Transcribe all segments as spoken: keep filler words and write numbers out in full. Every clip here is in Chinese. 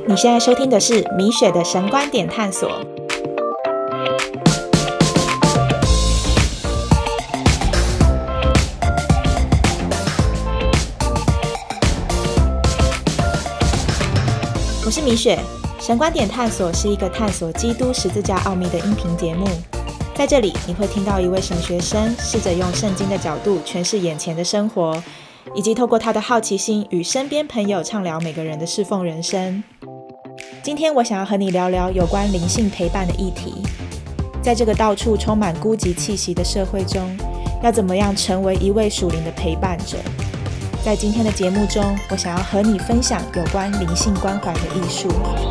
你现在收听的是米雪的神观点探索。我是米雪，神观点探索是一个探索基督十字架奥秘的音频节目。在这里，你会听到一位神学生试着用圣经的角度诠释眼前的生活，以及透过他的好奇心与身边朋友畅聊每个人的侍奉人生。今天我想要和你聊聊有关灵性陪伴的议题。在这个到处充满孤寂气息的社会中，要怎么样成为一位属灵的陪伴者？在今天的节目中，我想要和你分享有关灵性关怀的艺术。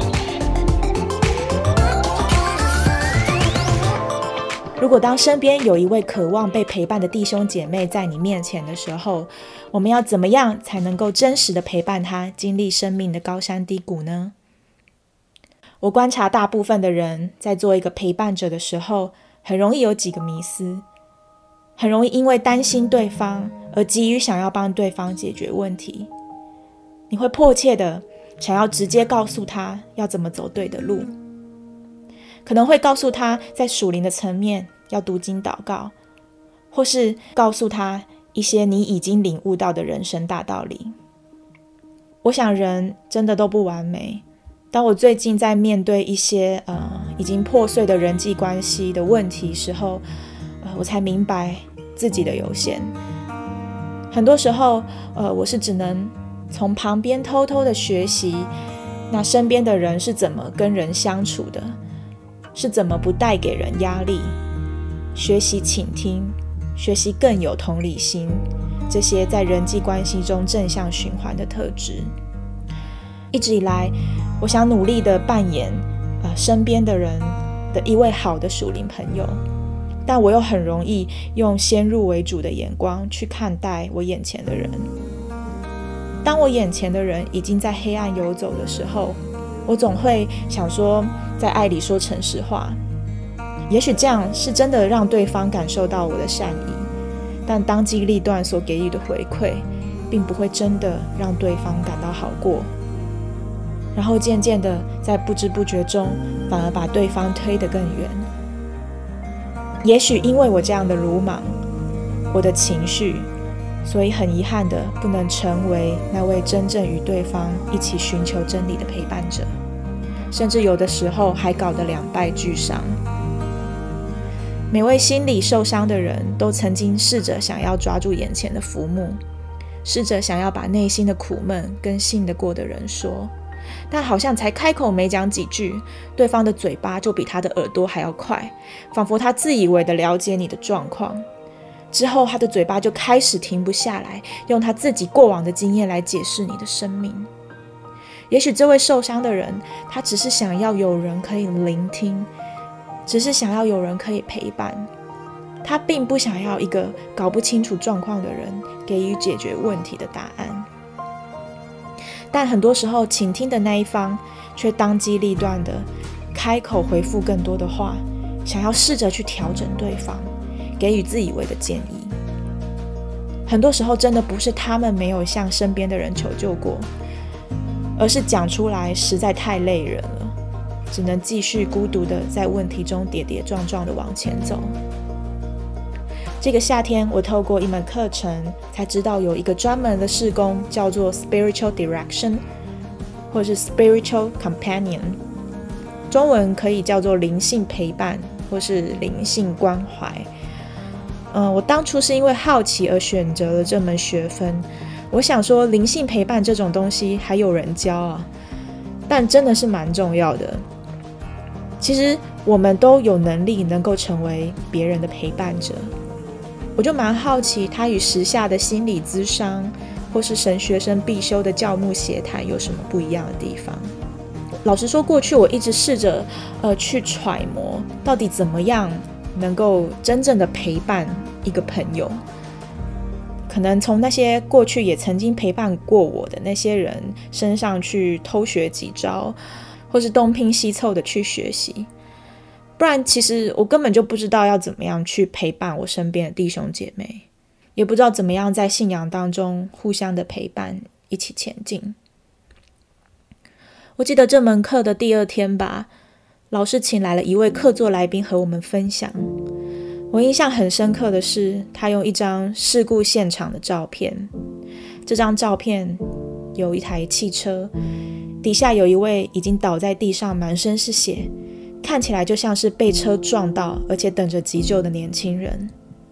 如果当身边有一位渴望被陪伴的弟兄姐妹在你面前的时候，我们要怎么样才能够真实的陪伴他经历生命的高山低谷呢？我观察大部分的人在做一个陪伴者的时候，很容易有几个迷思，很容易因为担心对方而急于想要帮对方解决问题。你会迫切的想要直接告诉他要怎么走对的路，可能会告诉他在属灵的层面要读经祷告，或是告诉他一些你已经领悟到的人生大道理。我想人真的都不完美。当我最近在面对一些呃已经破碎的人际关系的问题时候，呃，我才明白自己的有限。很多时候，呃，我是只能从旁边偷偷的学习，那身边的人是怎么跟人相处的，是怎么不带给人压力，学习倾听，学习更有同理心，这些在人际关系中正向循环的特质。一直以来，我想努力的扮演、呃、身边的人的一位好的属灵朋友，但我又很容易用先入为主的眼光去看待我眼前的人。当我眼前的人已经在黑暗游走的时候，我总会想说，在爱里说诚实话。也许这样是真的让对方感受到我的善意，但当机立断所给予的回馈，并不会真的让对方感到好过。然后渐渐的，在不知不觉中，反而把对方推得更远。也许因为我这样的鲁莽，我的情绪，所以很遗憾的不能成为那位真正与对方一起寻求真理的陪伴者，甚至有的时候还搞得两败俱伤。每位心理受伤的人都曾经试着想要抓住眼前的浮木，试着想要把内心的苦闷跟信得过的人说，但好像才开口没讲几句，对方的嘴巴就比他的耳朵还要快，仿佛他自以为的了解你的状况。之后他的嘴巴就开始停不下来，用他自己过往的经验来解释你的生命。也许这位受伤的人，他只是想要有人可以聆听，只是想要有人可以陪伴，他并不想要一个搞不清楚状况的人给予解决问题的答案。但很多时候，倾听的那一方却当机立断的开口回复更多的话，想要试着去调整对方，给予自以为的建议。很多时候真的不是他们没有向身边的人求救过，而是讲出来实在太累人了，只能继续孤独的在问题中跌跌撞撞的往前走。这个夏天，我透过一门课程才知道有一个专门的事工叫做 Spiritual Direction 或是 Spiritual Companion， 中文可以叫做灵性陪伴或是灵性关怀。呃，我当初是因为好奇而选择了这门学分。我想说灵性陪伴这种东西还有人教啊，但真的是蛮重要的。其实我们都有能力能够成为别人的陪伴者。我就蛮好奇他与时下的心理咨商或是神学生必修的教牧协谈有什么不一样的地方。老实说，过去我一直试着呃去揣摩到底怎么样能够真正的陪伴一个朋友，可能从那些过去也曾经陪伴过我的那些人身上去偷学几招，或是东拼西凑的去学习。不然其实我根本就不知道要怎么样去陪伴我身边的弟兄姐妹，也不知道怎么样在信仰当中互相的陪伴，一起前进。 我记得这门课的第二天吧，老师请来了一位客座来宾和我们分享。我印象很深刻的是，他用一张事故现场的照片。这张照片有一台汽车，底下有一位已经倒在地上，满身是血，看起来就像是被车撞到，而且等着急救的年轻人。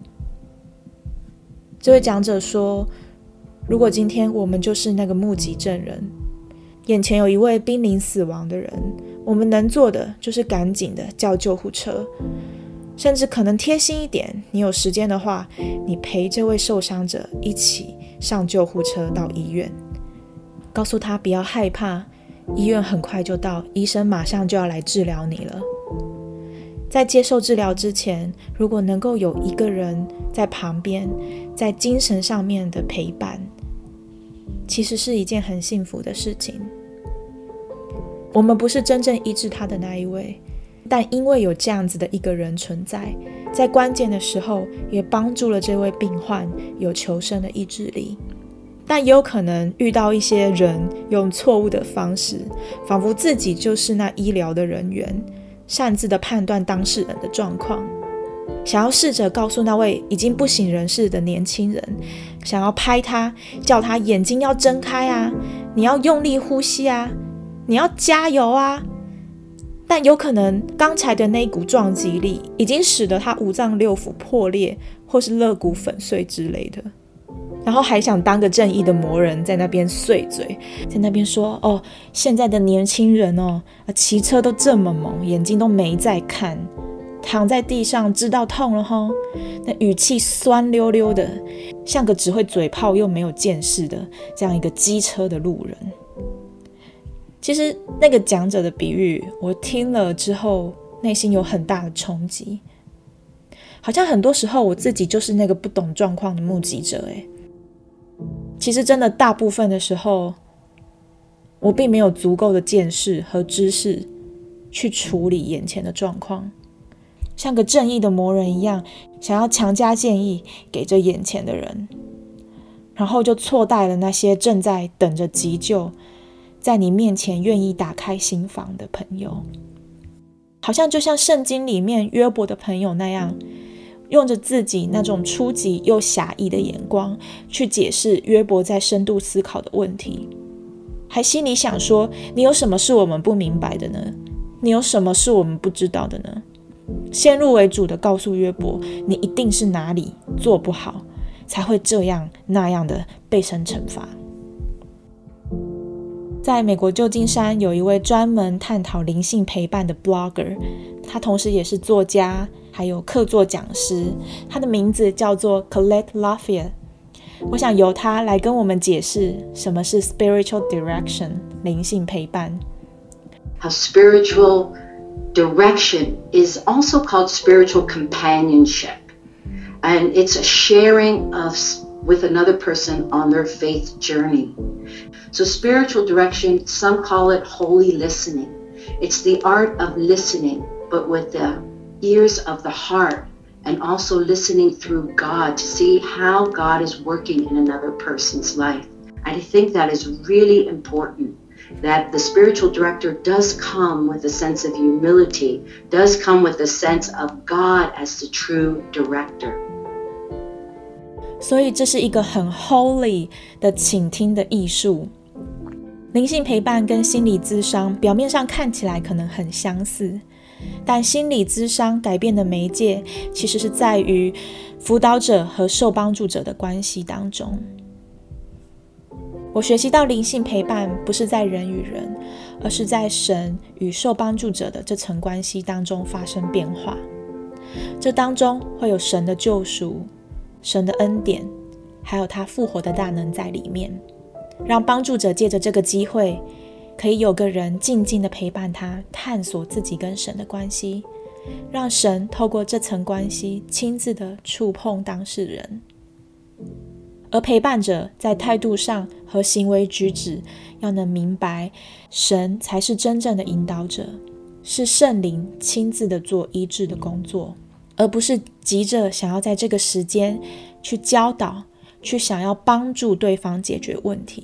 这位讲者说，如果今天我们就是那个目击证人，眼前有一位濒临死亡的人，我们能做的就是赶紧的叫救护车，甚至可能贴心一点，你有时间的话，你陪这位受伤者一起上救护车到医院，告诉他不要害怕，医院很快就到，医生马上就要来治疗你了。在接受治疗之前，如果能够有一个人在旁边，在精神上面的陪伴，其实是一件很幸福的事情。我们不是真正医治他的那一位，但因为有这样子的一个人存在，在关键的时候也帮助了这位病患有求生的意志力。但也有可能遇到一些人用错误的方式，仿佛自己就是那医疗的人员，擅自的判断当事人的状况，想要试着告诉那位已经不省人事的年轻人，想要拍他，叫他眼睛要睁开啊，你要用力呼吸啊，你要加油啊。但有可能刚才的那一股撞击力已经使得他五脏六腑破裂，或是肋骨粉碎之类的，然后还想当个正义的魔人，在那边碎嘴，在那边说，哦，现在的年轻人哦，骑车都这么猛，眼睛都没在看，躺在地上知道痛了吼，那语气酸溜溜的，像个只会嘴炮又没有见识的这样一个机车的路人。其实那个讲者的比喻，我听了之后内心有很大的冲击，好像很多时候我自己就是那个不懂状况的目击者诶。其实真的大部分的时候，我并没有足够的见识和知识去处理眼前的状况，像个正义的魔人一样，想要强加建议给这眼前的人，然后就错待了那些正在等着急救，在你面前愿意打开心房的朋友。好像就像圣经里面约伯的朋友那样，用着自己那种初级又狭义的眼光去解释约伯在深度思考的问题，还心里想说，你有什么是我们不明白的呢？你有什么是我们不知道的呢？先入为主的告诉约伯，你一定是哪里做不好，才会这样那样的被神惩罚。在美国旧金山有一位专门探讨灵性陪伴的 blogger， 他同时也是作家，还有客座讲师，他的名字叫做 Colette Lafayette。 我想由他来跟我们解释什么是 spiritual direction 灵性陪伴。 How spiritual direction is also called spiritual companionship, and it's a sharing of with another person on their faith journey. So spiritual direction, some call it holy listening. It's the art of listening, but with the ears of the heart, and also listening through God to see how God is working in another person's life. I think that is really important, that the spiritual director does come with a sense of humility, does come with a sense of God as the true director. 所以这是一个很 holy 的倾听的艺术。灵性陪伴跟心理咨商表面上看起来可能很相似，但心理咨商改变的媒介其实是在于辅导者和受帮助者的关系当中。我学习到灵性陪伴不是在人与人，而是在神与受帮助者的这层关系当中发生变化。这当中会有神的救赎、神的恩典，还有他复活的大能在里面，让帮助者借着这个机会，可以有个人静静的陪伴他，探索自己跟神的关系，让神透过这层关系亲自的触碰当事人。而陪伴者在态度上和行为举止要能明白，神才是真正的引导者，是圣灵亲自的做医治的工作，而不是急着想要在这个时间去教导，去想要帮助对方解决问题，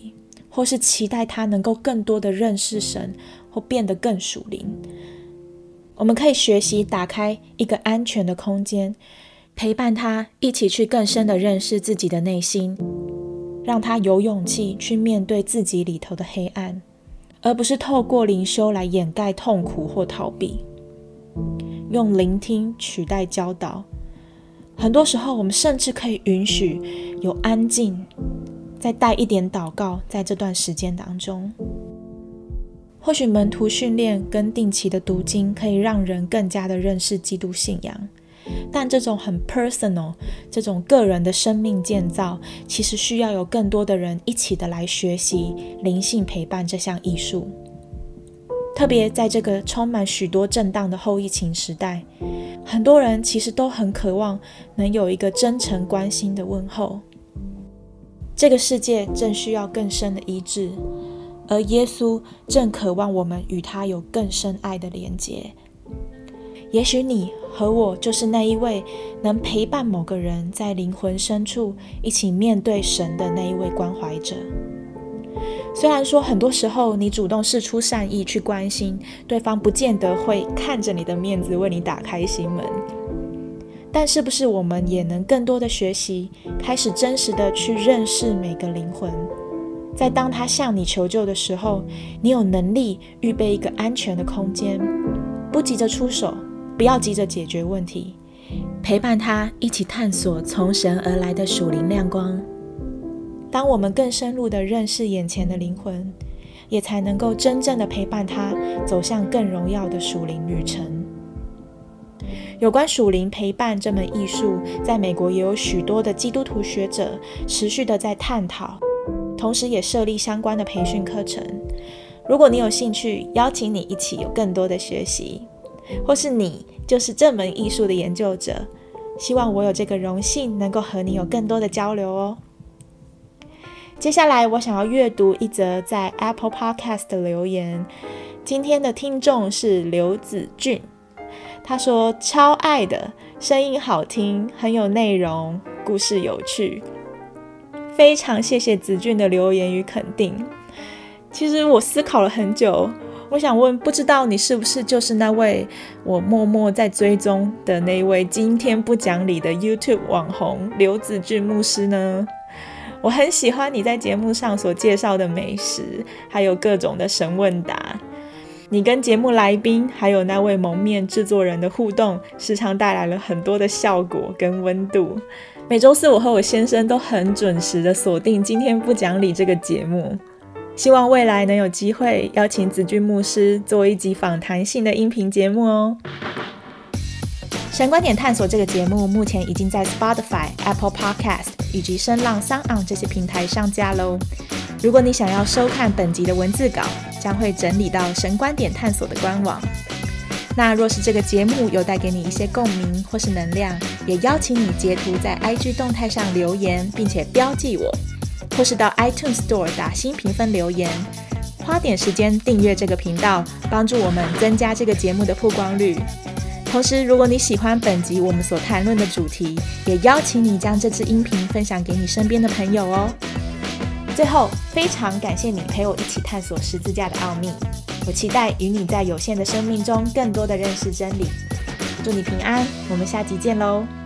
或是期待他能够更多的认识神，或变得更属灵。我们可以学习打开一个安全的空间，陪伴他一起去更深的认识自己的内心，让他有勇气去面对自己里头的黑暗，而不是透过灵修来掩盖痛苦或逃避。用聆听取代教导，很多时候我们甚至可以允许有安静，再带一点祷告在这段时间当中。或许门徒训练跟定期的读经可以让人更加的认识基督信仰，但这种很 personal， 这种个人的生命建造，其实需要有更多的人一起的来学习灵性陪伴这项艺术。特别在这个充满许多震荡的后疫情时代，很多人其实都很渴望能有一个真诚关心的问候。这个世界正需要更深的医治，而耶稣正渴望我们与他有更深爱的连结。也许你和我就是那一位能陪伴某个人在灵魂深处一起面对神的那一位关怀者。虽然说很多时候你主动释出善意去关心，对方不见得会看着你的面子为你打开心门，但是不是我们也能更多的学习，开始真实的去认识每个灵魂，在当他向你求救的时候，你有能力预备一个安全的空间，不急着出手，不要急着解决问题，陪伴他一起探索从神而来的属灵亮光。当我们更深入地认识眼前的灵魂，也才能够真正的陪伴他走向更荣耀的属灵旅程。有关属灵陪伴这门艺术，在美国也有许多的基督徒学者持续的在探讨，同时也设立相关的培训课程。如果你有兴趣，邀请你一起有更多的学习，或是你就是这门艺术的研究者，希望我有这个荣幸能够和你有更多的交流哦。接下来我想要阅读一则在 Apple Podcast 的留言，今天的听众是刘子俊，他说超爱的，声音好听，很有内容，故事有趣。非常谢谢子俊的留言与肯定。其实我思考了很久，我想问，不知道你是不是就是那位我默默在追踪的那一位今天不讲理的 YouTube 网红刘子俊牧师呢？我很喜欢你在节目上所介绍的美食，还有各种的神问答。你跟节目来宾还有那位蒙面制作人的互动，时常带来了很多的效果跟温度。每周四我和我先生都很准时的锁定今天不讲理这个节目，希望未来能有机会邀请子俊牧师做一集访谈性的音频节目哦。神观点探索这个节目目前已经在 Spotify、Apple Podcast 以及声浪 SoundOn 这些平台上架咯。如果你想要收看本集的文字稿，将会整理到神观点探索的官网。那若是这个节目有带给你一些共鸣或是能量，也邀请你截图在 I G 动态上留言，并且标记我，或是到 iTunes Store 打新评分留言，花点时间订阅这个频道，帮助我们增加这个节目的曝光率。同时，如果你喜欢本集我们所谈论的主题，也邀请你将这支音频分享给你身边的朋友哦。最后，非常感谢你陪我一起探索十字架的奥秘，我期待与你在有限的生命中更多的认识真理。祝你平安，我们下集见喽。